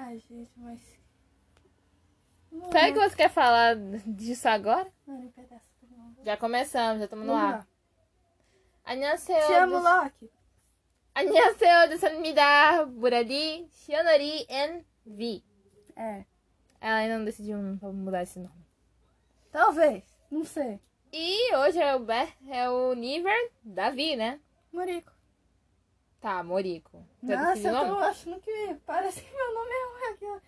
Ai, gente, mas... Será que você quer falar disso agora? Não, nem pedaço não. Já começamos, já estamos no Vamos ar. lá. 안녕하세요. Te amo, Loki. 안녕하세요. 데선입니다. Buradi, Shionori and V. É, Ela ainda não decidiu pra mudar esse nome. talvez. Não sei. E hoje é o Niver da Vi, né? Morico. Tá, Moriko. Tu Nossa, decidiu eu o tô nome? achando que parece que meu nome é aqui.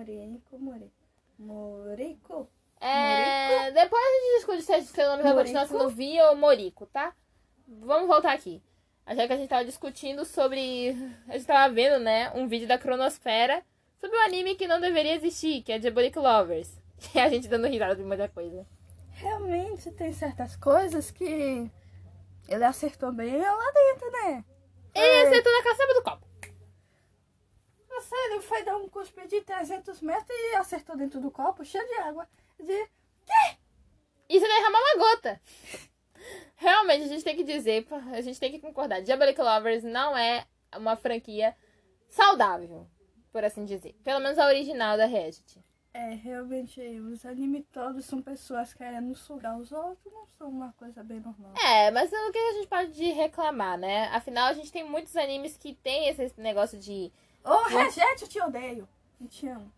Morico. Depois a gente discute se seu nome vai continuar Moriko? sendo Vi ou Moriko, tá? Vamos voltar aqui. Já que a gente tava discutindo sobre... A gente tava vendo, né, um vídeo da Cronosfera sobre um anime que não deveria existir, que é Diabolic Lovers. E a gente dando risada de muita coisa. Realmente tem certas coisas que ele acertou bem lá dentro, né? Ele acertou na caçamba do copo. Nossa, ele foi dar um cuspe de 300 metros e acertou dentro do copo, cheio de água. Isso é derramar uma gota. Realmente, a gente tem que dizer, a gente tem que concordar. Diabolic Lovers não é uma franquia saudável, por assim dizer. Pelo menos a original da Reddit. É, realmente, os animes todos são pessoas querendo sugar os outros, não são uma coisa bem normal. É, mas o que a gente pode reclamar, né? Afinal, a gente tem muitos animes que tem esse negócio de... Ô, Regete, eu te odeio. Eu te amo.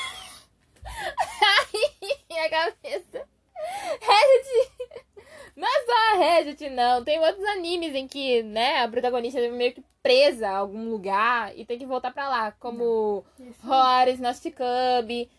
Minha cabeça. Reddit. Não é só a Reddit, não. Tem outros animes em que, né, a protagonista é meio que presa a algum lugar e tem que voltar pra lá. Como Horrors, Gnostic Club,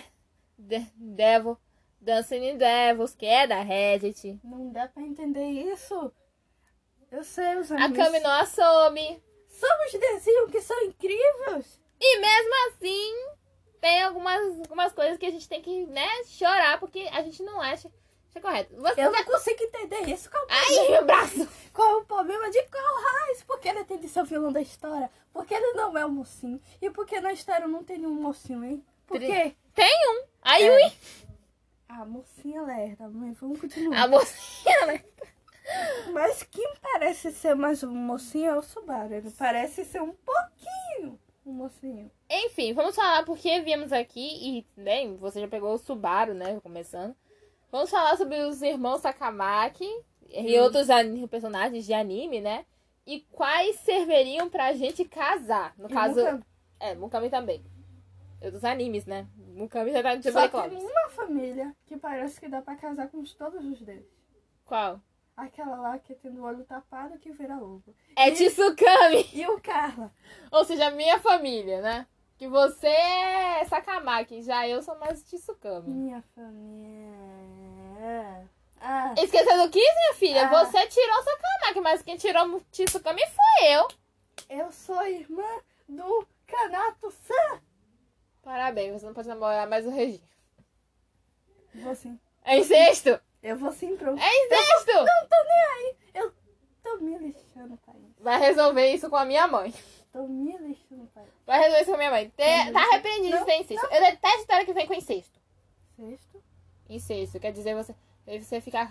Devil, Dancing in Devils, que é da Reddit. Não dá pra entender isso. Eu sei, os A animes... Kami no Asome. Somos desenhos que são incríveis. E mesmo assim, tem algumas coisas que a gente tem que, né, chorar, porque a gente não acha correto. Você Eu não consigo entender isso. Ai, meu braço! Qual é o problema de Carl Reis? Porque ele tem de ser o vilão da história? Porque ele não é um mocinho. E porque na história não tem nenhum mocinho, hein? Por quê? Tem um. A Yui. A mocinha lerda, mas vamos continuar. A mocinha, né? Mas quem parece ser mais um mocinho é o Subaru. Ele parece ser um pouquinho um mocinho. Enfim, vamos falar porque viemos aqui e, bem, você já pegou o Subaru, né? Começando. Vamos falar sobre os irmãos Sakamaki e outros personagens de anime, né? E quais serviriam pra gente casar. No caso... Mukami. Mukami também. E dos animes, né? Mukami já tá no Só Diabolic tem Lovers. uma família que parece que dá pra casar com todos os deles. Qual? Aquela lá que tem o olho tapado que vira lobo. É Tsukami! E o Carla. Ou seja, minha família, né? Que você é Sakamaki, já eu sou mais Tsukami. Minha família. Ah, Esqueceu do Kiss, minha filha? Ah. Você tirou Sakamaki, mas quem tirou Tsukami foi eu. eu sou irmã do Kanato-san. Parabéns, você não pode namorar mais o Regi. Vou sim. É incesto! Eu vou sim, pronto. É incesto! Não tô nem aí. Eu tô me lixando, pai. Vai resolver isso com a minha mãe. Tô me lixando, pai. Vai resolver isso com a minha mãe. Tá arrependido de Não, ter incesto. Eu detesto história que vem com incesto. Sexto. Incesto quer dizer você ficar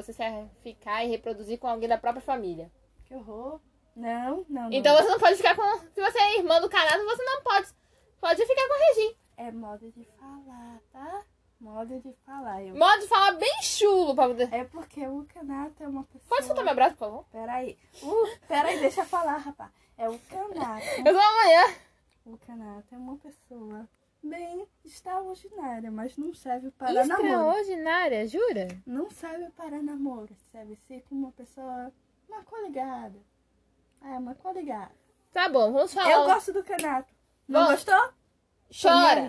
e reproduzir com alguém da própria família. Que horror. Não. Então você não pode ficar com... Se você é irmã do Kanato, você não pode ficar com a Regi. É modo de falar, tá? Modo de falar. Modo de falar bem chulo pra poder... É porque o Kanato é uma pessoa... Pode soltar meu braço, por favor? Peraí. Peraí, deixa eu falar, rapaz. É o Kanato. Eu sou amanhã. O Kanato é uma pessoa bem extraordinária, mas não serve para namoro. Extraordinária, jura? Não serve para namoro. Serve ser como uma pessoa... Uma coligada. Uma coligada. Tá bom, vamos falar. Eu gosto do Kanato. Não Bom, gostou? Chora.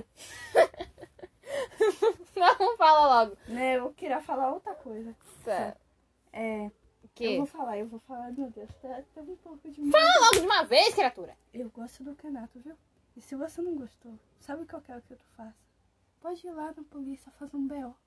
Não, fala logo. Né, eu queria falar outra coisa. Tá. É... O quê? Eu vou falar, meu Deus, tá um pouco de... Fala logo de uma vez, criatura. Eu gosto do Kanato, viu? E se você não gostou, sabe o que eu quero que tu faça? Pode ir lá na polícia fazer um B.O.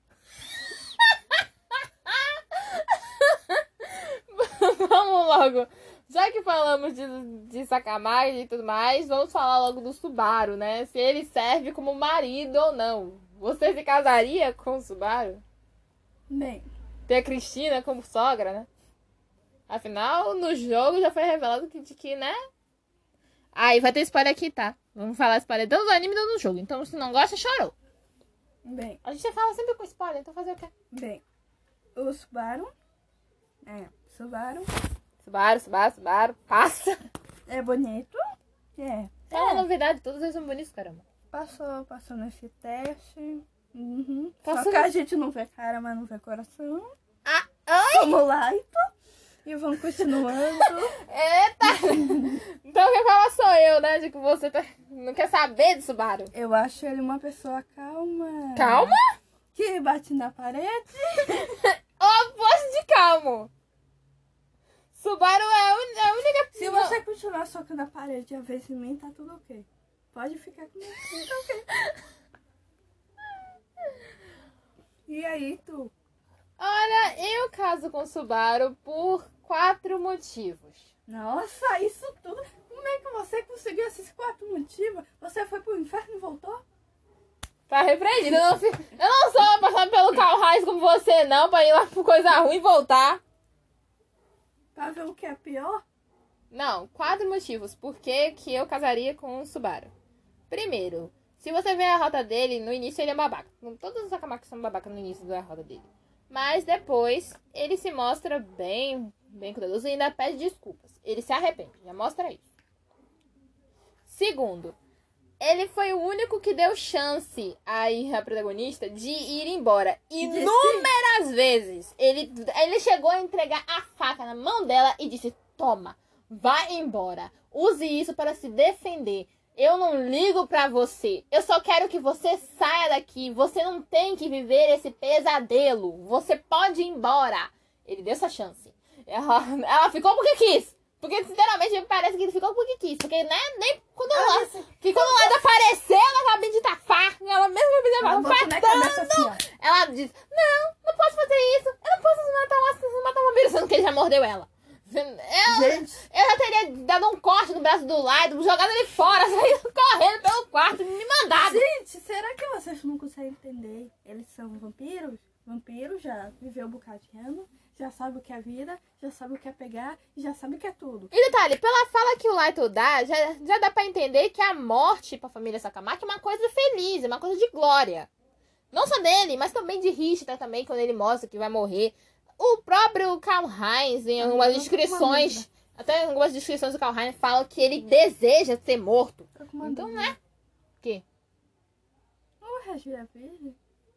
Vamos logo. Já que falamos de Sakamaki e tudo mais, vamos falar logo do Subaru, né? Se ele serve como marido ou não. Você se casaria com o Subaru? Bem, Ter a Cristina como sogra, né? Afinal, no jogo já foi revelado que, né? Aí vai ter spoiler aqui, tá? Vamos falar spoiler do anime e do jogo. Então, se não gosta, chorou. Bem, A gente fala sempre com spoiler, então fazer o quê? bem, o Subaru, Subaru, passa. é bonito, É uma novidade, todos eles são bonitos, caramba. passou nesse teste, Passou só que a gente não vê cara, mas não vê coração, Oi? como Laito, e vamos continuando. Eita! Então quem fala sou eu, né? De que você não quer saber do Subaru. Eu acho ele uma pessoa calma. Calma? Que bate na parede. O oposto de calmo. Subaru é a única... Se você continuar socando a parede a vez em mim, tá tudo ok. Pode ficar comigo, tá ok. E aí, tu? Olha, eu caso com o Subaru por 4 motivos. Nossa, isso tudo. Como é que você conseguiu esses 4 motivos? Você foi pro inferno e voltou? Tá repreendido. Eu não sou apaixonada pelo Carl Heinz como você, não, pra ir lá por coisa ruim e voltar. Pra ver o que é pior? Não, 4 motivos por que eu casaria com o Subaru. Primeiro, se você vê a rota dele, no início ele é babaca. Todos os Sakamakis são babaca no início da rota dele. Mas depois, ele se mostra bem cuidadoso e ainda pede desculpas. Ele se arrepende, já mostra isso. Segundo, ele foi o único que deu chance à protagonista de ir embora. Inúmeras vezes. Ele chegou a entregar a faca na mão dela e disse, toma, vai embora. Use isso para se defender. Eu não ligo pra você. Eu só quero que você saia daqui. Você não tem que viver esse pesadelo. Você pode ir embora. Ele deu essa chance. Ela ficou porque quis. Porque, sinceramente, me parece que ele ficou porque quis. Porque, né, nem quando ela... Que quando ela apareceu, ela acabou de tafar. Ela mesma me Assim, ela disse, não posso fazer isso. Eu não posso matar uma vampiro. Sendo que ele já mordeu ela. Eu já teria dado um corte no braço do lado, jogado ele fora, saído correndo pelo quarto, me mandado. Gente, será que vocês não conseguem entender? Eles são vampiros? Vampiro já viveu um bocado de ano, já sabe o que é vida, já sabe o que é pegar, já sabe o que é tudo. E detalhe, pela fala que o Light dá, já dá pra entender que a morte pra família Sakamaki é uma coisa feliz, é uma coisa de glória. Não só dele, mas também de Rishita também, quando ele mostra que vai morrer. O próprio Karl Heinz, em algumas descrições, até em algumas descrições do Karl Heinz, falam que ele deseja ser morto. Então, né? O quê? O Regi é virgem?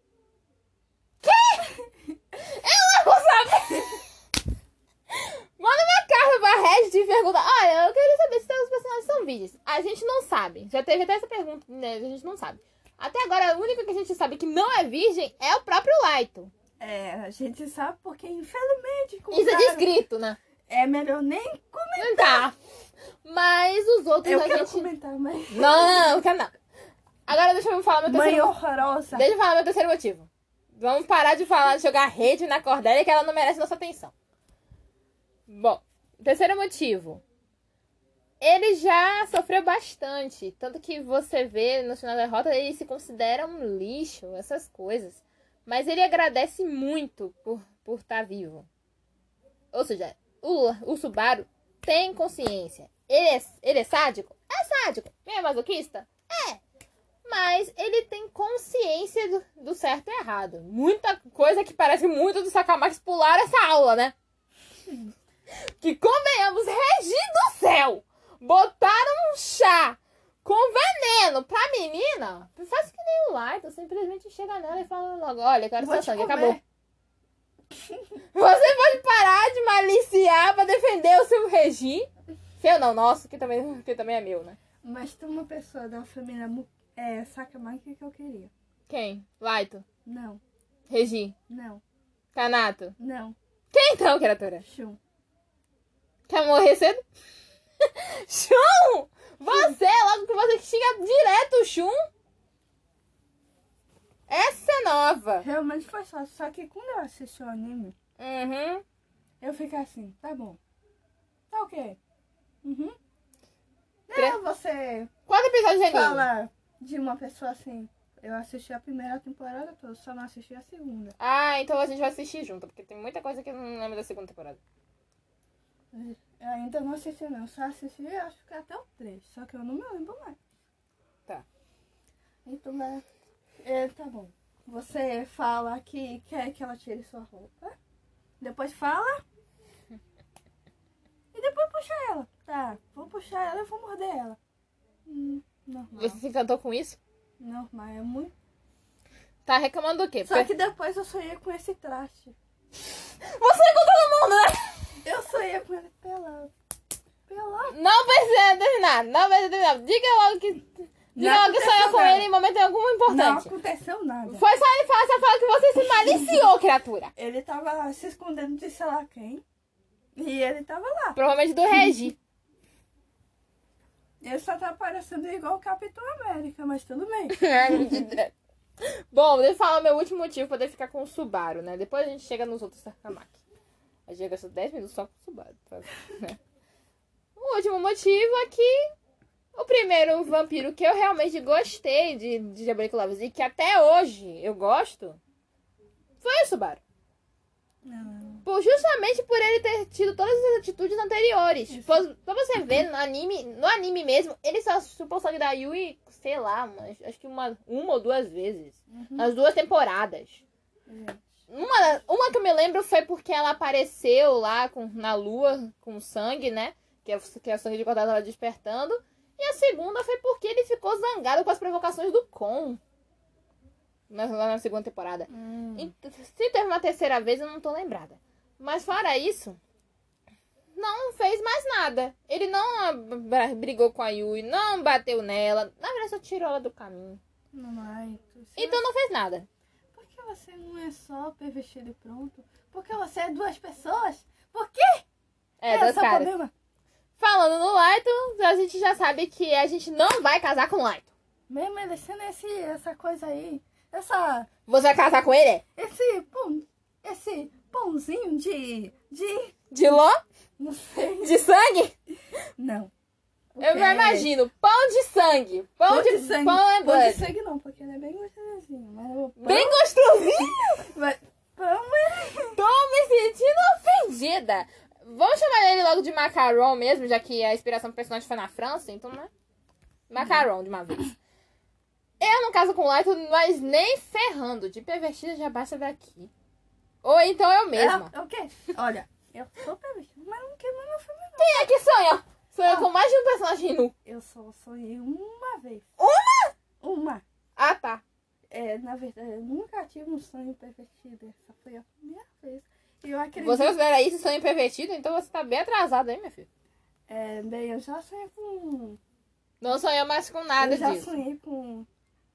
Eu não sabia! Manda uma carta pra Regis e pergunta, olha, eu queria saber se os personagens são virgens. A gente não sabe. Já teve até essa pergunta, né? A gente não sabe. Até agora, a única que a gente sabe que não é virgem é o próprio Laito. É, a gente sabe porque, infelizmente... Isso é descrito, né? É melhor nem comentar. Tá. Mas os outros Eu a quero gente... comentar, mas... Não quero não. Agora deixa eu falar meu Mãe terceiro... horrorosa. Deixa eu falar meu terceiro motivo. Vamos parar de falar de jogar rede na Cordélia, que ela não merece nossa atenção. Bom, terceiro motivo. Ele já sofreu bastante. Tanto que você vê no final da rota, ele se considera um lixo, essas coisas. Mas ele agradece muito por estar vivo. Ou seja, o Subaru tem consciência. Ele é sádico? É sádico. É masoquista? É. Mas ele tem consciência do certo e errado. Muita coisa que parece muito do Sakamaki pular essa aula, né? Que convenhamos, Regi do céu! Botaram um chá com veneno pra menina. Faz que nem o Light, simplesmente chega nela e fala logo, olha, eu quero seu sangue, acabou. Você pode parar de maliciar pra defender o seu Regi. Seu não, nosso, que também é meu, né? Mas tem uma pessoa da família Sakamaki que eu queria. Quem? Laito? Não. Regi? Não. Kanato? Não. Quem então, criatura? Shun. Quer morrer cedo? Shun! Você, logo que você xinga direto o Shun. Essa é nova. Realmente foi só que quando eu assisti o anime, Uhum. eu fiquei assim, tá bom. Tá ok. Uhum. Tre- Não, você Quantos episódios de anime? fala de uma pessoa assim. Eu assisti a primeira temporada toda, só não assisti a segunda. Ah, então a gente vai assistir junto, porque tem muita coisa que eu não lembro da segunda temporada. Eu ainda não assisti não. Só assisti, acho que até o 3. Só que eu não me lembro mais. Tá. Então, tá bom. Você fala que quer que ela tire sua roupa. Depois fala. E depois puxa ela. Tá, vou puxar ela e vou morder ela. Normal. Você se encantou com isso? Normal, é muito. Tá reclamando do quê? Só que depois eu sonhei com esse traste. Você com todo mundo, né? Eu sonhei com ele pelado. Pelado. Não precisa terminar. Não precisa terminar. Diga logo que sonhou com ele em momento algum Não importante. aconteceu nada. Foi só ele falar, você fala que você se maliciou, criatura. Ele tava se escondendo de sei lá quem. E ele tava lá. Provavelmente do Regi. Ele só tá parecendo igual o Capitão América, mas tudo bem. Bom, deixa eu falar o meu último motivo pra poder ficar com o Subaru, né? Depois a gente chega nos outros Sakamaki. A gente gastou 10 minutos só com o Subaru. Né? O último motivo é que o primeiro vampiro que eu realmente gostei de Diabolical Lovers e que até hoje eu gosto foi o Subaru. Justamente por ele ter tido todas as atitudes anteriores. Pra você ver, no anime mesmo, ele só chupou o sangue da Yui, sei lá, mas acho que uma ou duas vezes. Nas 2 temporadas. Uma que eu me lembro foi porque ela apareceu lá na lua com sangue, né? Que é o sangue de Cortázar despertando. E a segunda foi porque ele ficou zangado com as provocações do Kon. Lá na segunda temporada. Se teve uma terceira vez, eu não tô lembrada. Mas fora isso, não fez mais nada. Ele não brigou com a Yui, não bateu nela. Na verdade, só tirou ela do caminho. Então não fez nada. Por que você não é só pervertido e pronto? Porque você é 2 pessoas? Por quê? É 2 caras. Problema. Falando no Laito, a gente já sabe que a gente não vai casar com o Laito. Mesmo ele sendo essa coisa aí. Você vai casar com ele? Esse pãozinho De ló? Não sei. De sangue? Não. Eu me imagino. Pão de sangue. Pão de sangue. Pão é Pão de sangue não, porque ele é bem gostosinho. Mas o pão... Bem gostosinho? Mas pão é... Tô me sentindo ofendida. Vamos chamar ele logo de Macaron mesmo, já que a inspiração do personagem foi na França, então, né? Macaron de uma vez. Eu não caso com o Light, mas nem ferrando. De pervertida já basta ver aqui. Ou então eu mesma. O quê? Olha, eu sou pervertida, mas não queima meu filme não. Quem é que sonha? Sonha com mais de um personagem nu. Eu só sonhei uma vez. Uma? Ah, tá. Na verdade, eu nunca tive um sonho pervertido. Essa foi a primeira vez. E eu acredito... Você considera isso sonho pervertido? Então você tá bem atrasada, hein, minha filha? Bem, eu já sonhei com... Não sonhou mais com nada disso. Eu já sonhei com...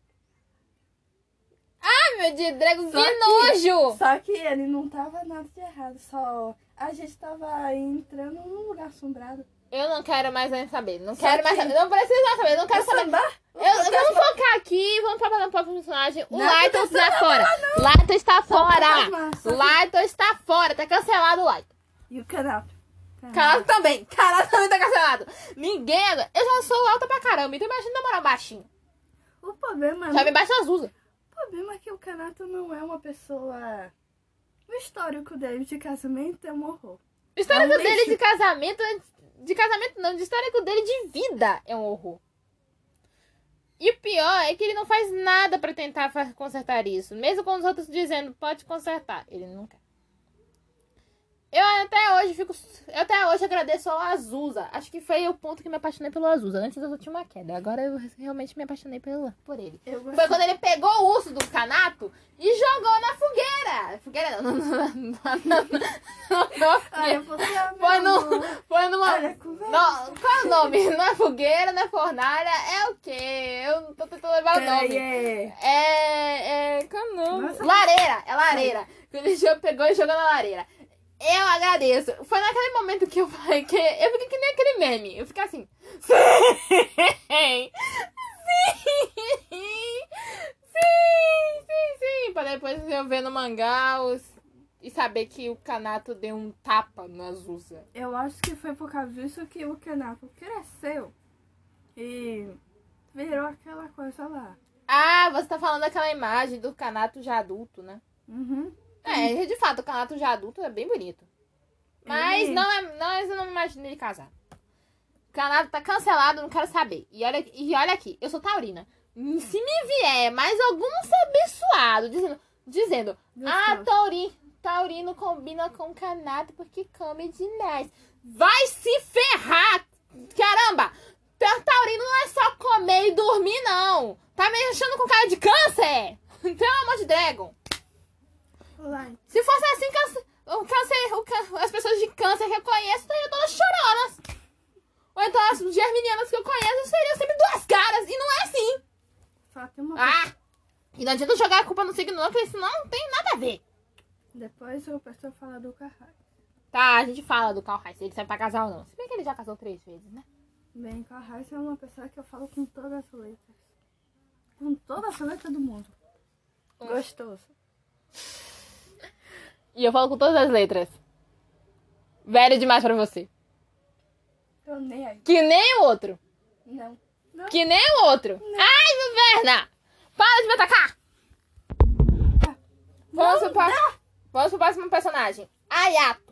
Ai, meu Deus, Drago, que nojo! Só que ele não tava nada de errado. Só a gente tava entrando num lugar assombrado. Eu não quero mais saber. Não quero mais saber. Não precisa mais saber. Não quero saber. Vamos focar aqui. Vamos falar no próprio personagem. O Light está fora. Light está fora. Light está fora. Tá cancelado o Light. E o canal? Canal também. Canal também tá cancelado. Ninguém... Eu já sou alta pra caramba. Então imagina namorar um baixinho. O problema... Só me baixa as Azusa. O problema é que o Kanato não é uma pessoa... O histórico dele de casamento é um horror. O histórico dele de casamento... De casamento não, de histórico dele de vida é um horror. E o pior é que ele não faz nada pra tentar consertar isso. Mesmo com os outros dizendo, pode consertar. Ele não quer. Eu até hoje agradeço ao Azusa. Acho que foi o ponto que me apaixonei pelo Azusa. Antes eu só tinha uma queda. Agora eu realmente me apaixonei por ele. Foi quando ele pegou o urso do Kanato e jogou na fogueira. Fogueira não. Foi numa... Qual é o nome? Não é fogueira, não é fornalha. É o quê? Eu não tô tentando levar o nome. Qual é o nome? Nossa. Lareira. É lareira. Ele pegou e jogou na lareira. Eu agradeço. Foi naquele momento que eu falei que... Eu fiquei que nem aquele meme. Eu fiquei assim... Sim! Sim! Pra depois eu ver no mangá e saber que o Kanato deu um tapa no Azusa. Eu acho que foi por causa disso que o Kanato cresceu. E virou aquela coisa lá. Ah, você tá falando daquela imagem do Kanato já adulto, né? Uhum. De fato, o Kanato já adulto é bem bonito. Mas eu não me imagino ele casado. O canal tá cancelado, não quero saber. E olha aqui, eu sou taurina. Se me vier mais algum abençoado dizendo taurino combina com canado porque come demais. Vai se ferrar! Caramba! Taurino não é só comer e dormir, não. Tá me achando com cara de câncer? Pelo amor de Dragon. Se fosse assim, as pessoas de câncer que eu conheço estariam todas choronas. Ou então as germinianas que eu conheço seriam sempre duas caras. E não é assim. Só tem uma E não adianta jogar a culpa no signo, não, porque isso não tem nada a ver. Depois o pessoal fala do Carrasco. Tá, a gente fala do Carl Heinz, se ele serve pra casar ou não. Se bem que ele já casou 3 vezes, né? Bem, Carrasco é uma pessoa que eu falo com todas as letras. Com todas as letras do mundo. Gostoso. E eu falo com todas as letras. Velho demais pra você. Tô nem aí. Que nem o outro. Não. Que nem o outro. Não. Ai, Viverna! Para de me atacar! Vamos pro próximo personagem. Ayato.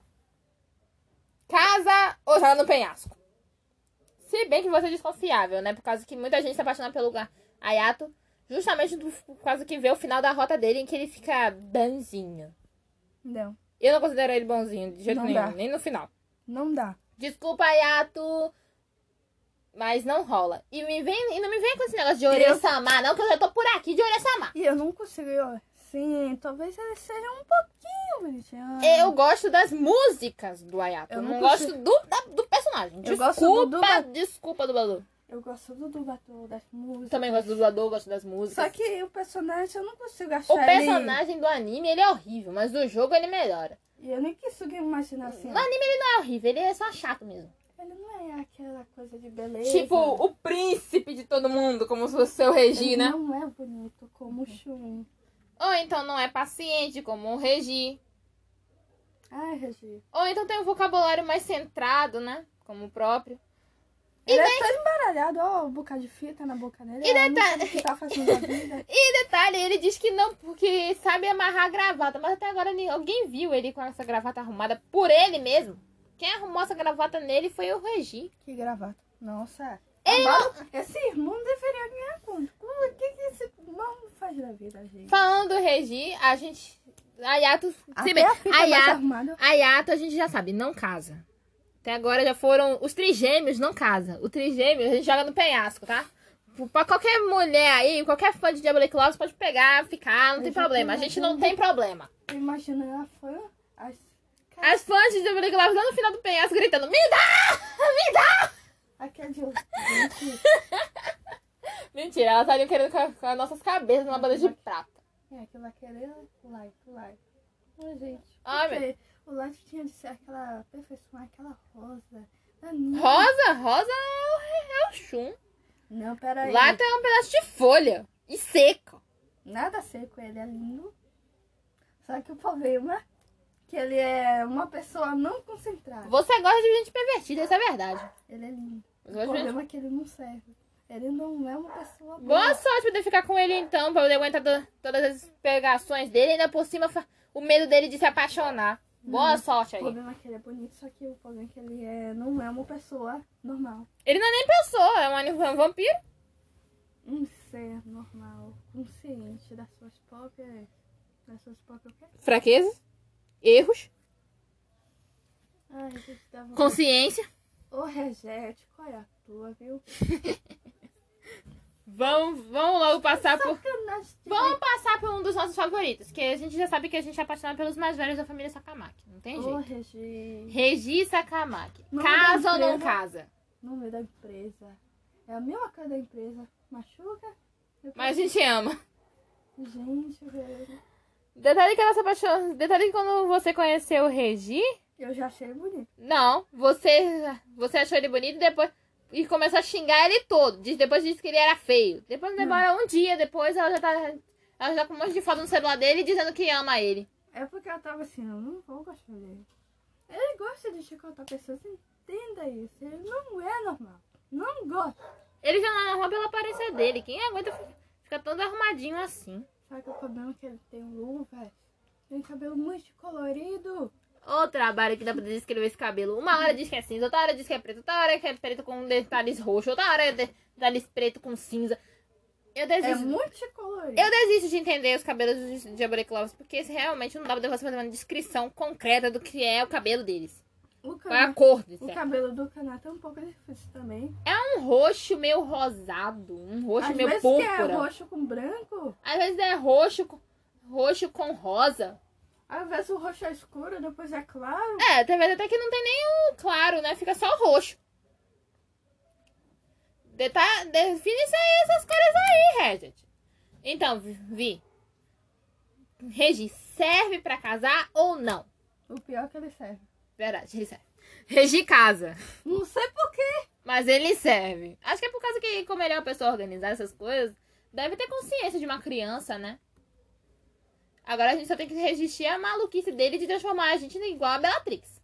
Casa ou joga no penhasco? Se bem que você é desconfiável, né? Por causa que muita gente se apaixona pelo Ayato. Justamente por causa que vê o final da rota dele em que ele fica bonzinho. Não. Eu não considero ele bonzinho de jeito nenhum. Dá. Nem no final. Não dá. Desculpa, Ayato. Mas não rola. E não me vem com esse negócio de Ore-sama, não, que eu já tô por aqui de Ore-sama. E eu não consigo, sim, talvez ele seja um pouquinho bonitinho. Eu gosto das músicas do Ayato. Eu não gosto do personagem. Desculpa, dublador. Eu gosto do dublador, das músicas. Também gosto do dublador, gosto das músicas. Só que o personagem eu não consigo achar. O personagem do anime, ele é horrível, mas do jogo ele melhora. E eu nem consigo imaginar assim. No anime ele não é horrível, ele é só chato mesmo. Ele não é aquela coisa de beleza. Tipo, o príncipe de todo mundo, como se fosse o seu Regi, né? Ele não é bonito como o Shun. Ou então não é paciente, como o Regi. Ai, Regi. Ou então tem um vocabulário mais centrado, né? Como o próprio. Ele é todo embaralhado, ó, um bocado de fita na boca dele. O que tá fazendo da vida. E detalhe, ele diz que não, porque sabe amarrar a gravata. Mas até agora alguém viu ele com essa gravata arrumada por ele mesmo. Quem arrumou essa gravata nele foi o Regi. Que gravata? Nossa. Ele Esse irmão deveria ganhar conta. O que esse irmão faz da vida, gente? Falando do Regi, a gente... Ayato... Se bem, Ayato a gente já sabe, não casa. Até agora já foram... Os trigêmeos não casa. O trigêmeo a gente joga no penhasco, tá? Pra qualquer mulher aí, qualquer fã de Diabolic Love pode pegar, ficar, não tem problema. A gente não tem problema. Imagina a fã... As fãs de Diabolic Love lá no final do penhasco gritando: Me dá! Me dá! Aqui é de Mentira, elas estariam querendo com as nossas cabeças numa bandeja de prata. É, que vai querer o like. Ô, gente. Porque o like tinha de ser aquela perfeição, aquela rosa. Rosa? Rosa é o Shun. Não, peraí. Lá tem um pedaço de folha. E seco. Nada seco, ele é lindo. Só que o problema... que ele é uma pessoa não concentrada. Você gosta de gente pervertida, isso é verdade. Ele é lindo. O problema é que ele não serve. Ele não é uma pessoa boa. Boa sorte poder ficar com ele então, pra poder aguentar todas as pegações dele. E ainda por cima, o medo dele de se apaixonar. Boa sorte aí. O problema é que ele é bonito, só que o problema é que ele não é uma pessoa normal. Ele não é nem pessoa, é um vampiro. Um ser normal, consciente das suas próprias... o quê? Fraquezas. Erros. Ai, gente, dava... Consciência. Ô, Regete, qual é a tua, viu? Vamos logo passar por... Sacanagem. Vamos passar por um dos nossos favoritos. Que a gente já sabe que a gente é apaixonado pelos mais velhos da família Sakamaki. Não tem jeito. Ô, Regi. Regi Sakamaki. Nome Casa da ou não empresa? casa? Nome da empresa. É a mesma coisa da empresa. Machuca? Mas a gente ama. Gente, velho. Detalhe que ela se apaixonou. Detalhe que quando você conheceu o Regi... Eu já achei ele bonito. Não, você achou ele bonito e começou a xingar ele todo. Depois disse que ele era feio. Depois demora um dia, depois ela já tá com um monte de foto no celular dele dizendo que ama ele. É porque ela tava assim, eu não vou gostar dele. Ele gosta de chicotar pessoas, entenda isso. Ele não é normal. Não gosta. Ele já não é normal pela aparência dele. Quem aguenta ficar todo arrumadinho assim? Sabe que o problema é que ele tem luvas? Tem cabelo muito colorido. Ô trabalho que dá pra descrever esse cabelo. Uma hora diz que é cinza, outra hora diz que é preto, outra hora que é preto com detalhes roxos, outra hora é detalhes preto com cinza. Eu É desisto. multicolorido. Eu desisto de entender os cabelos de Diabolik Lovers, porque realmente não dá pra você fazer uma descrição concreta do que é o cabelo deles. Qual é a cor disso? O cabelo do Kanata é um pouco difícil também. É um roxo meio rosado, um roxo Às meio vezes púrpura. que é roxo com branco, Às vezes é roxo com rosa. às vezes o roxo é escuro, depois é claro. É, tem vezes até que não tem nem o claro, né? Fica só roxo. Define essas cores aí, Reddit. Então, Vi. Regi, serve pra casar ou não? O pior é que ele serve. Verdade, ele serve. Regi casa. Não sei porquê. Mas ele serve. Acho que é por causa que, como ele é uma pessoa organizada, essas coisas, deve ter consciência de uma criança, né? Agora a gente só tem que resistir à maluquice dele de transformar a gente igual a Bellatrix.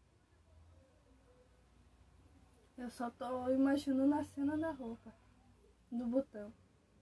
Eu só tô imaginando a cena da roupa. Do botão.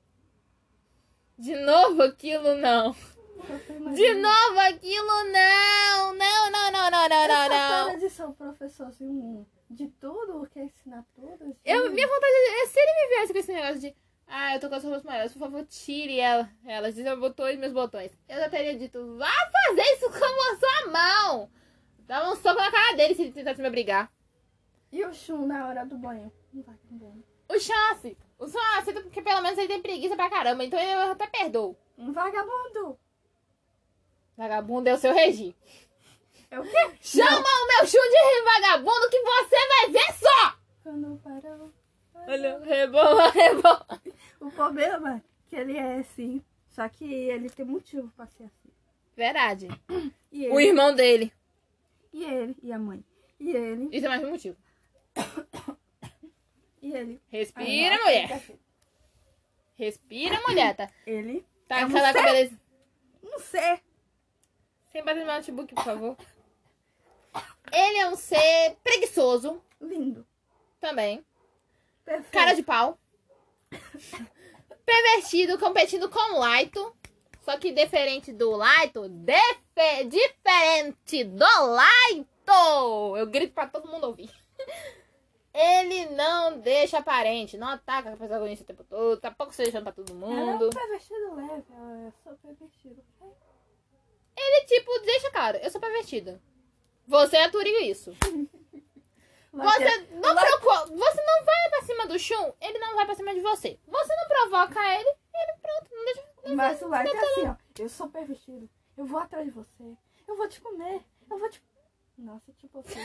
De novo aquilo, não. Só tô imaginando. De novo aquilo, não. Não, não, não, não, não, não, Essa não. cara de ser um professorzinho de tudo, quer ensinar tudo. Assim. Minha vontade é se ele me viesse com esse negócio de eu tô com as roupas maiores, por favor, tire elas. Desabotou meus botões. Eu já teria dito, vá fazer isso com a sua mão. Dava um soco na cara dele se ele tentasse me obrigar. E o Shun na hora do banho? Não vai com banho. O Sean aceita porque pelo menos ele tem preguiça pra caramba, então eu até perdoo. Um vagabundo. Vagabundo é o seu Regi. É o quê? Chama o meu Shun de vagabundo que você vai ver só! Quando parou. Olha, rebola, rebola. O problema é que ele é assim. Só que ele tem motivo pra ser assim. Verdade. E O ele, irmão dele. e a mãe. E ele, Isso é mais um motivo. e ele. Respira, Ai, mulher. nossa, Respira, mulher. Ele. Tá é um aquela ser- cabeça. Não sei. Sem bater no meu notebook, por favor. Ele é um ser preguiçoso Lindo. também. Perfeito. Cara de pau. Pervertido, competindo com o Laito. Só que diferente do Laito. Diferente do Laito. Eu grito pra todo mundo ouvir. Ele não deixa aparente. Não ataca a protagonista o tempo todo. Tá pouco se deixando pra todo Ela é mundo. um pervertido leve. Ela é só pervertido. Ok? Ele, tipo, deixa claro. Eu sou pervertido. Você é Turinho isso. Você não vai pra cima do Shun, ele não vai pra cima de você. Você não provoca ele pronto, não deixa. Mas o Light é assim, ó. Eu sou pervertido. Eu vou atrás de você. Eu vou te comer. Eu vou te... Nossa, tipo assim.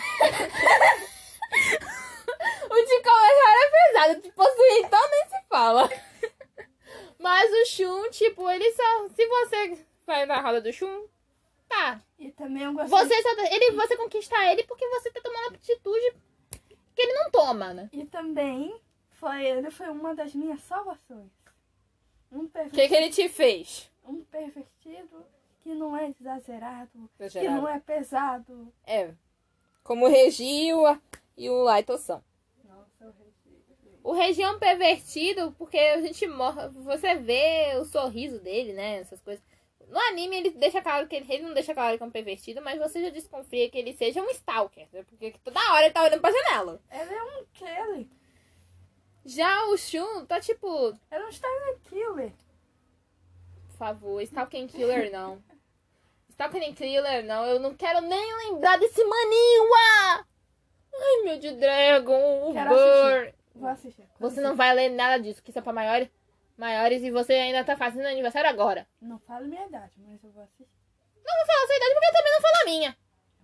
O de começar é pesado, de possuir, então nem se fala. Mas o Shun, tipo, ele só. Se você vai na roda do Shun, tá. E também eu gosto Você conquista ele porque você tá tomando atitude que ele não toma, né? E também ele foi uma das minhas salvações. Um O pervertido, que ele te fez? um pervertido que não é exagerado, que Exagerado. não é pesado. É. Como o Regi e o Laito são. Nossa, eu regi. O Regi é um pervertido porque a gente morre. Você vê o sorriso dele, né? Essas coisas. No anime ele deixa claro que ele não deixa claro que é um pervertido, mas você já desconfia que ele seja um stalker, né? Porque toda hora ele tá olhando pra janela. Ele é um Kelly. Já o Shun tá tipo, Ele é um Stalker Killer. por favor, stalking killer não. Stalking killer não, eu não quero nem lembrar desse maniwa! Ai, meu de Dragon, o Quero Burr. assistir. Vou assistir. Você não vai ler nada disso, que isso é pra maiores e você ainda tá fazendo aniversário agora. Não falo minha idade, mas eu vou assistir. Não vou falar a sua idade porque eu também não falo a minha.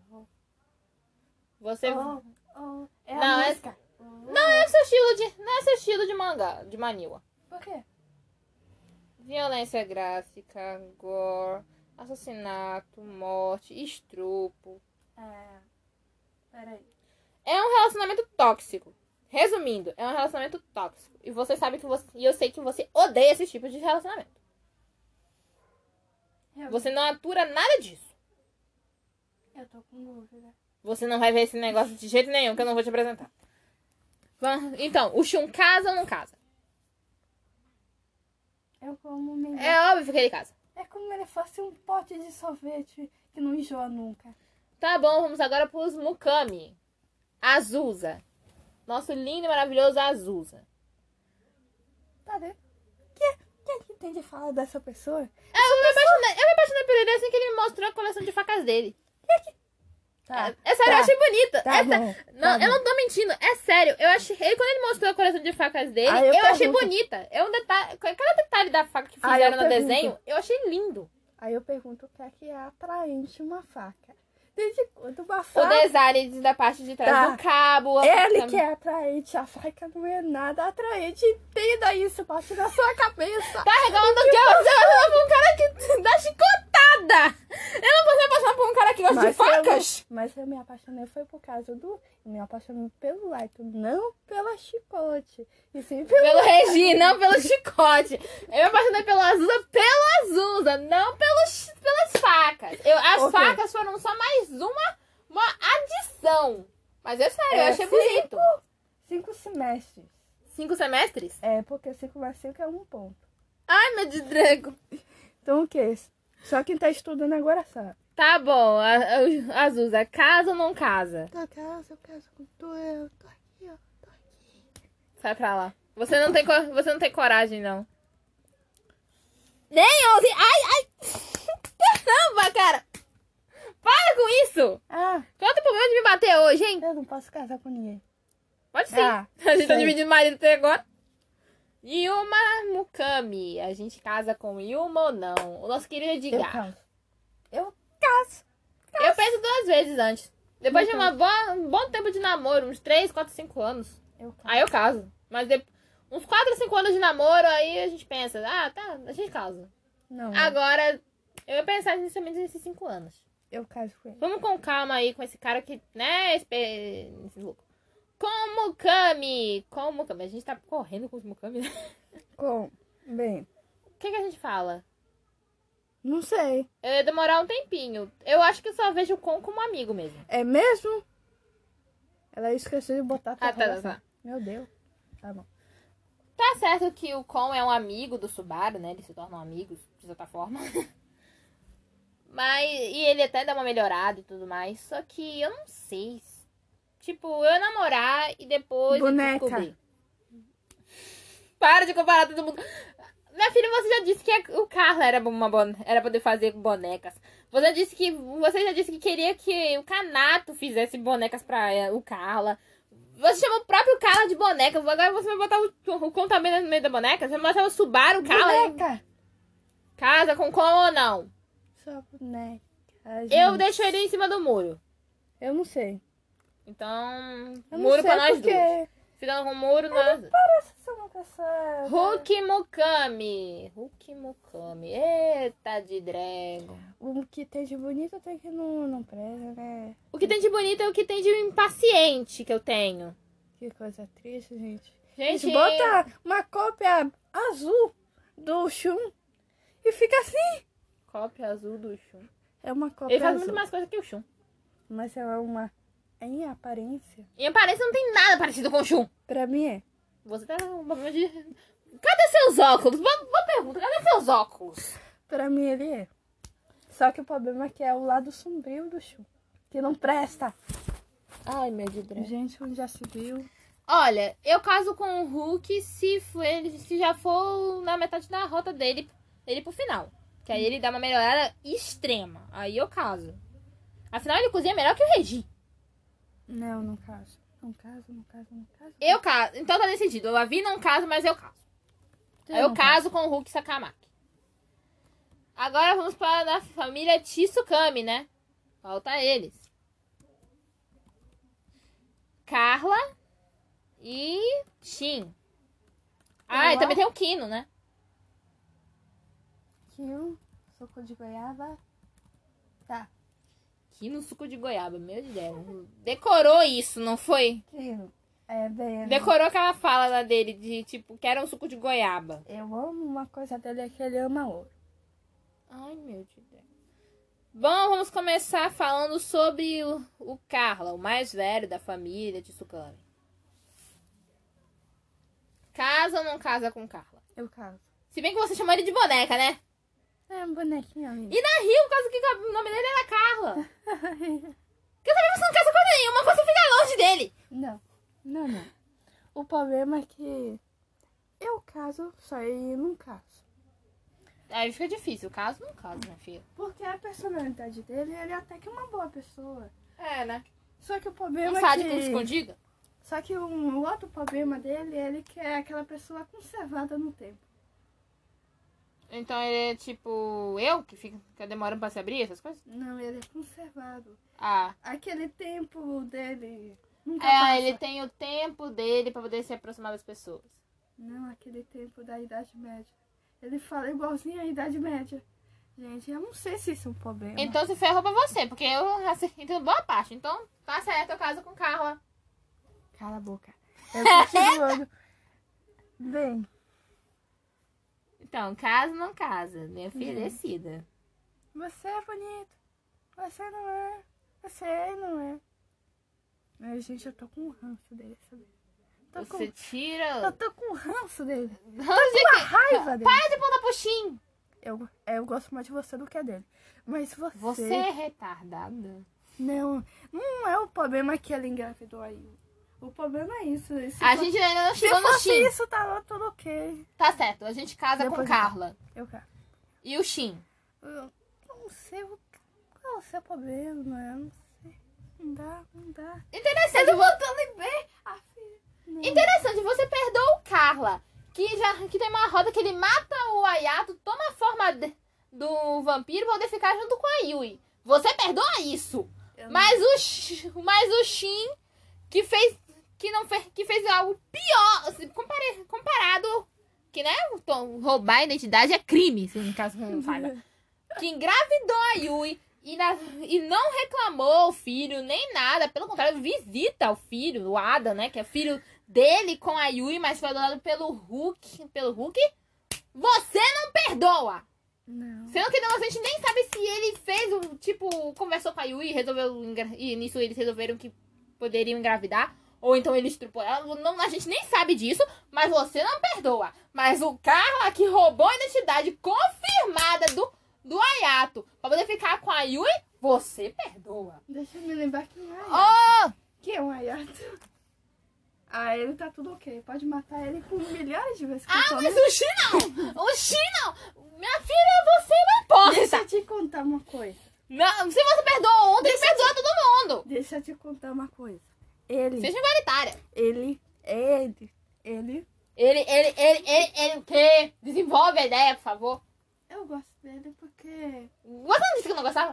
Você É Não, a é- música. não é seu estilo de mangá, de maniwa. Por quê? Violência gráfica, gore, assassinato, morte, estupro. Peraí. É um relacionamento tóxico. Resumindo, é um relacionamento tóxico. E você sabe que e eu sei que você odeia esse tipo de relacionamento. Você não atura nada disso. Eu tô com dúvida. Você não vai ver esse negócio de jeito nenhum, que eu não vou te apresentar. Então, o Shun casa ou não casa? Eu como melhor. É óbvio que ele casa. É como ele fosse um pote de sorvete que não enjoa nunca. Tá bom, vamos agora pros Mukami. Azusa. Nosso lindo e maravilhoso Azusa. Tá vendo? O que tem de falar dessa pessoa? Eu me apaixonei por ele assim que ele me mostrou a coleção de facas dele. Tá. É sério, eu achei bonita. Tá bom, Não, tá eu bom. não tô mentindo. É sério. Eu achei. Quando ele mostrou a coleção de facas dele, Aí eu eu achei pergunto. bonita. É um detalhe. Cada detalhe da faca que Aí eu fizeram no pergunto. desenho, eu achei lindo. Aí eu pergunto o que é atraente uma faca. Desde quando uma O faca... design da parte de trás Tá. do cabo. Ele que é atraente, a faca não é nada atraente. Entenda isso, bate na sua cabeça. Carregando que eu apaixonar por um cara que dá chicotada. Eu não posso me apaixonar por um cara que gosta de facas. Mas eu me apaixonei foi por causa do... Eu me apaixonei pelo Light, não pela chicote. E sim Pelo Regi, não pelo chicote. Eu me apaixonei pelo Azusa, não pelas facas. As Ok. facas foram só mais uma adição. Mas é sério, eu achei bonito. 5 semestres. 5 semestres? É, porque 5 mais 5 é 1 ponto. Ai, meu de drego. Então o que? Só quem tá estudando agora sabe. Tá bom, Azusa, casa ou não casa? Tá, casa, eu caso com tu, eu tô aqui, ó. Tô aqui. Sai pra lá. Você não tem coragem, não. Nem 11. Ai. Caramba, cara. Para com isso. Ah, Qual é o teu problema de me bater hoje, hein? eu não posso casar com ninguém. Pode sim. Ah, A gente tá sei. dividindo marido até agora. Yuma Mukami. A gente casa com Yuma ou não? O nosso querido Eu Edgar. caso. Eu caso. Eu penso 2 vezes antes. Depois de Então. um bom tempo de namoro, uns 3, 4, 5 anos. Eu caso. Aí eu caso. Mas uns 4, 5 anos de namoro, aí a gente pensa, tá, a gente casa. Não, Agora, eu ia pensar inicialmente nesses 5 anos. eu caso com ele. Vamos com calma aí com esse cara que, né, esse louco. Com Mukami. A gente tá correndo com os Mukami, né? Bem, O que a gente fala? não sei. Eu ia demorar um tempinho. Eu acho que eu só vejo o Kon como amigo mesmo. É mesmo? Ela esqueceu de botar a Tá. Meu Deus. Tá bom. Tá certo que o Kon é um amigo do Subaru, né? Eles se tornam amigos, de certa forma. E ele até dá uma melhorada e tudo mais. Só que eu não sei. Tipo, eu namorar e depois Boneca. descobrir. Para de comparar todo mundo. Minha filha, você já disse que o Carla era poder fazer bonecas. Você já disse que queria que o Kanato fizesse bonecas pra o Carla. Você chamou o próprio Carla de boneca. Agora você vai botar o Kon também no meio da boneca? Você vai botar o Subaru, o Carla? Boneca. Casa com Kon ou não? Só boneca. Eu deixo ele em cima do muro. Eu não sei. Então, Eu não muro sei pra nós porque... duas. Ficando com o muro, nós... Parece ser uma pessoa... Hulk Mukami. Eita de drego. O que tem de bonito tem que não preza, né? O que tem de bonito é o que tem de impaciente que eu tenho. Que coisa triste, gente. Gente, Bota uma cópia azul do Shun e fica assim. cópia azul do Shun. É uma cópia Ele faz azul. muito mais coisa que o Shun. Mas é uma... Em aparência, Em aparência não tem nada parecido com o Shun. pra mim é. Você tá com um problema de... Cadê seus óculos? Boa pergunta. Cadê seus óculos? Pra mim ele é. Só que o problema é que é o lado sombrio do Shun. Que não presta. Ai, meu de drego. Gente, onde já se viu? Olha, eu caso com o Hulk se já for na metade da rota dele pro final. Que aí ele dá uma melhorada extrema. Aí eu caso. Afinal, ele cozinha melhor que o Regi. Não caso. Não caso. Eu caso. Então tá decidido. A Vi não caso, mas eu caso. Aí eu caso com o Hulk Sakamaki. Agora vamos para a família Tsukami, né? Falta eles. Carla e Shin. Ah, e também tem o Kino, né? Kill, suco de goiaba. Tá. Kino suco de goiaba, meu Deus. Decorou isso, não foi? Kill. É bem. Decorou aquela fala lá dele de tipo, quero um suco de goiaba. Eu amo uma coisa dele é que ele ama ouro. Ai, meu Deus. Bom, vamos começar falando sobre o Carla, o mais velho da família de Tsukami. Casa ou não casa com Carla? Eu caso. Se bem que você chamou ele de boneca, né? É um bonequinho, amigo. E na Rio, por causa que o nome dele era Carla. Quer saber, você não quer essa coisa nenhuma, você fica longe dele. Não. O problema é que eu caso, só ele não caso. Aí fica difícil, caso não caso, minha filha. Porque a personalidade dele, ele é até que uma boa pessoa. É, né? Só que o problema Um é sádico que... escondido. Só que o outro problema dele, ele quer aquela pessoa conservada no tempo. Então ele é tipo eu, que demora pra se abrir, essas coisas? Não, ele é conservado. Ah. Aquele tempo dele nunca passa. Ele tem o tempo dele pra poder se aproximar das pessoas. Não, aquele tempo da Idade Média. Ele fala igualzinho à Idade Média. Gente, eu não sei se isso é um problema. Então se ferrou pra você, porque eu entendo boa parte. Então, tá certo, eu caso com Carla. Cala a boca. Eu continuando. Bem, Então, casa ou não casa? Minha filha decida. você é bonito. Você não é. Você não é. Mas, gente, eu tô com ranço dele, sabe? Você tira... Eu tô com ranço dele. Ranço de Com quê? raiva dele. Para de pôr na puxim. Eu gosto mais de você do que a dele. Mas Você é retardada. Não é o problema que ela engravidou aí. O problema é isso. A gente ainda não Se chegou no fosse Shin. isso, tava tudo ok. Tá certo, a gente casa Depois com Carla. Eu quero. E o Shin? Eu não sei qual é o seu problema, não sei. Não dá. Interessante, Não. Interessante, você perdoa o Carla, que tem uma roda que ele mata o Ayato, toma a forma do vampiro pra poder ficar junto com a Yui. Você perdoa isso. Mas o Shin que fez algo pior, assim, comparado, que né, roubar a identidade é crime, se no caso não saiba. Que engravidou a Yui e não reclamou o filho, nem nada. Pelo contrário, visita o filho, o Adam, né? Que é filho dele com a Yui, mas foi adotado pelo Hulk. Você não perdoa! Não. Sendo que a gente nem sabe se ele fez conversou com a Yui e nisso eles resolveram que poderiam engravidar. Ou então ele estrupou ela. Não, a gente nem sabe disso, mas você não perdoa. Mas o Carla que roubou a identidade confirmada do Ayato pra poder ficar com a Yui, você perdoa. Deixa eu me lembrar que não é Ayato. Oh! Que é um Ayato. Ele tá tudo ok. Pode matar ele com milhares de vezes. Mas o Shin não! O Shin não! Minha filha, você não importa! Deixa eu te contar uma coisa. Não, se você perdoa ontem, perdoa todo mundo! Deixa eu te contar uma coisa. Ele Seja igualitária. Ele Ele o quê? Desenvolve a ideia, por favor. eu gosto dele porque Você não disse que não gostava?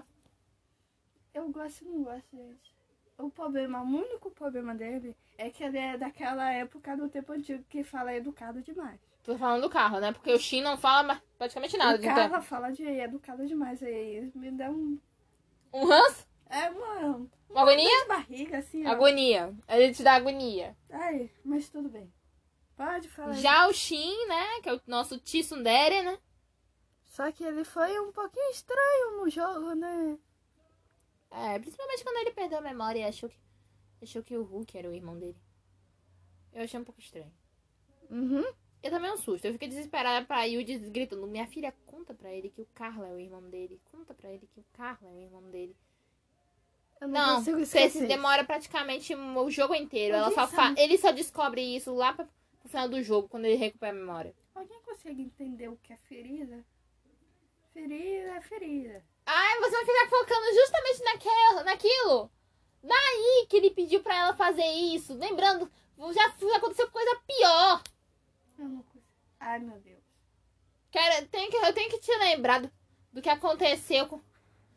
eu gosto e não gosto, gente. O único problema dele é que ele é daquela época do tempo antigo que fala educado demais. Tô falando do carro, né? Porque o Shin não fala praticamente nada. O cara fala de educado demais, aí me dá um ranço? uma agonia? dor de barriga, assim, ó. Agonia. Ele te dá agonia. Ai, mas tudo bem. Pode falar. Já o Shin, né? Que é o nosso Tsundere, né? Só que ele foi um pouquinho estranho no jogo, né? Principalmente quando ele perdeu a memória e achou que o Hulk era o irmão dele. Eu achei um pouco estranho. Eu tomei um susto. Eu fiquei desesperada pra Yudi gritando: minha filha, conta pra ele que o Carla é o irmão dele. Conta pra ele que o Carla é o irmão dele. Eu não consigo esquecer. Demora praticamente o jogo inteiro. Alguém Ele só descobre isso lá pro final do jogo, quando ele recupera a memória. Alguém consegue entender o que é ferida? Ferida é ferida. Você vai ficar focando justamente naquilo. Daí que ele pediu pra ela fazer isso. Lembrando, já aconteceu coisa pior. Eu não consigo. Ai, meu Deus. Eu tenho que te lembrar do que aconteceu com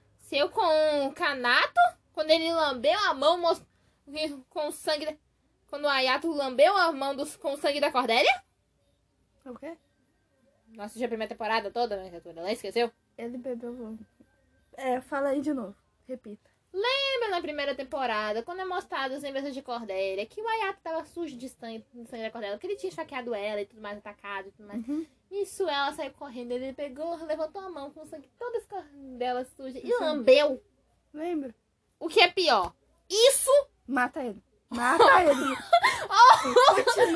o Kanato. Quando ele lambeu a mão com o sangue... Quando o Ayato lambeu a mão com o sangue da Cordélia. O quê? Nossa, já a primeira temporada toda, né, criatura? Ela esqueceu? Ele bebeu... fala aí de novo. Repita. Lembra na primeira temporada, quando é mostrado as lembranças de Cordélia, que o Ayato tava sujo de sangue da Cordélia, que ele tinha esfaqueado ela e tudo mais, atacado e tudo mais. Isso, ela saiu correndo, ele pegou, levantou a mão com o sangue toda dela suja e lambeu. Lembra? O que é pior? Isso... Mata ele. Mata ele.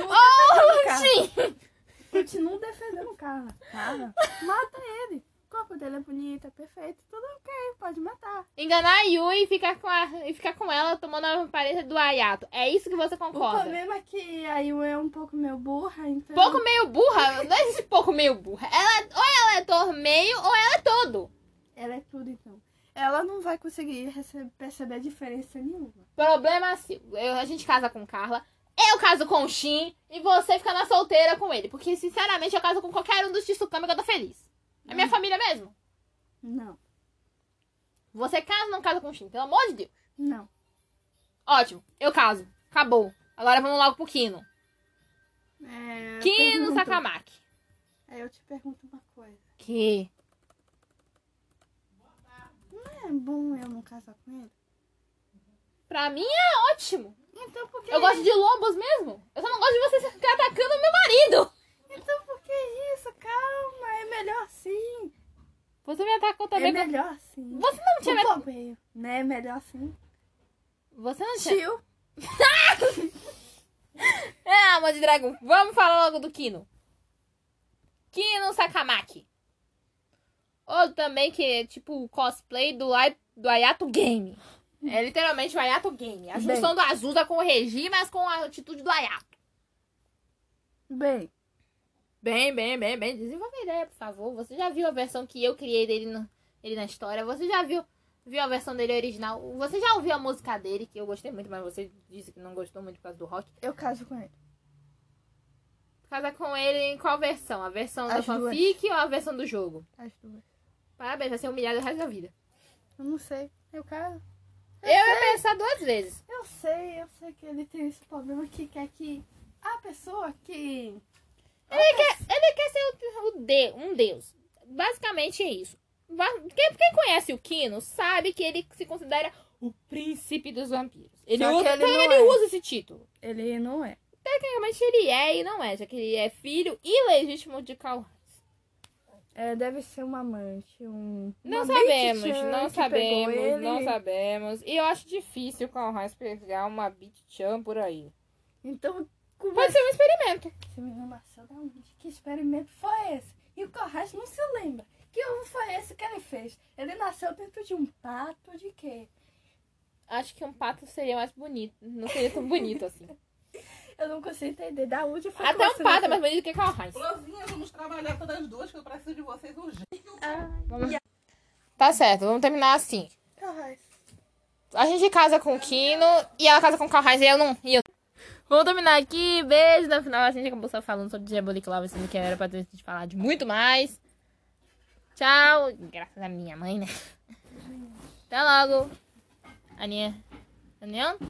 Continua defendendo o cara. Mata ele. Qual a corpo dele é bonito, é perfeito, tudo ok, pode matar. Enganar a Yui e ficar com ela tomando a aparência do Hayato. É isso que você O concorda? problema é que a Yui é um pouco meio burra, então... Pouco meio burra? Não existe pouco meio burra. Ou ela é tormeio ou ela é todo. Ela é tudo, então. Ela não vai conseguir perceber diferença nenhuma. Problema seu. A gente casa com Carla, eu caso com o Shin e você fica na solteira com ele. Porque, sinceramente, eu caso com qualquer um dos Tsukami que eu tô feliz. É minha família mesmo. Não. Você casa ou não casa com o Shin? Pelo amor de Deus. Não. Ótimo, eu caso. Acabou. Agora vamos logo pro Kino. Kino Sakamaki. Aí eu te pergunto uma coisa. Que? Não é bom eu não casar com ele? Pra mim é ótimo. Então por que... Eu gosto de lobos mesmo. Eu só não gosto de você ficar atacando meu marido. Então por que isso? Calma, é melhor assim. Você me atacou também. É melhor assim. Você não tinha... Bobeio, né? É melhor assim. Você não tinha... Tio. Alma de dragão. Vamos falar logo do Kino. Kino Sakamaki. Ou também que é tipo o cosplay do Hayato Game. É literalmente o Hayato Game. A junção do Azusa com o Regi, mas com a atitude do Hayato. Bem. Bem. Desenvolve a ideia, por favor. Você já viu a versão que eu criei dele ele na história? Você já viu a versão dele original? Você já ouviu a música dele, que eu gostei muito, mas você disse que não gostou muito por causa do rock? Eu caso com ele. Casa com ele em qual versão? A versão da As duas. fanfic ou a versão do jogo? As duas. Parabéns, vai ser humilhado o resto da vida. Eu não sei. Eu caso. Eu ia pensar 2 vezes. Eu sei que ele tem esse problema que quer que a pessoa que... Ele quer ser um deus. Basicamente é isso. Quem conhece o Kino sabe que ele se considera o príncipe dos vampiros. Ele usa esse título. Ele não é. Tecnicamente ele é e não é, já que ele é filho ilegítimo de Karl Heinz. Deve ser um amante, Não sabemos. E eu acho difícil o Karl Heinz pegar uma Beat-chan por aí. Então, pode ser um experimento. Esse menino nasceu da onde? Que experimento foi esse? E o Corrais não se lembra. Que ovo foi esse que ele fez? Ele nasceu dentro de um pato de quê? Acho que um pato seria mais bonito. Não seria tão bonito assim. Eu não consigo entender. Da onde foi Até um pato é mais bonito que Karl Heinz. Florzinha, vamos trabalhar todas as duas, que eu preciso de vocês urgente. Tá certo, vamos terminar assim. Corrais. A gente casa com o Kino e ela casa com o Karl Heinz e eu não. Vamos terminar aqui. Beijo. No final a gente acabou só falando sobre Diabolic Love, sendo que era pra ter gente falar de muito mais. Tchau. Graças a minha mãe, né? Até logo. Aninha.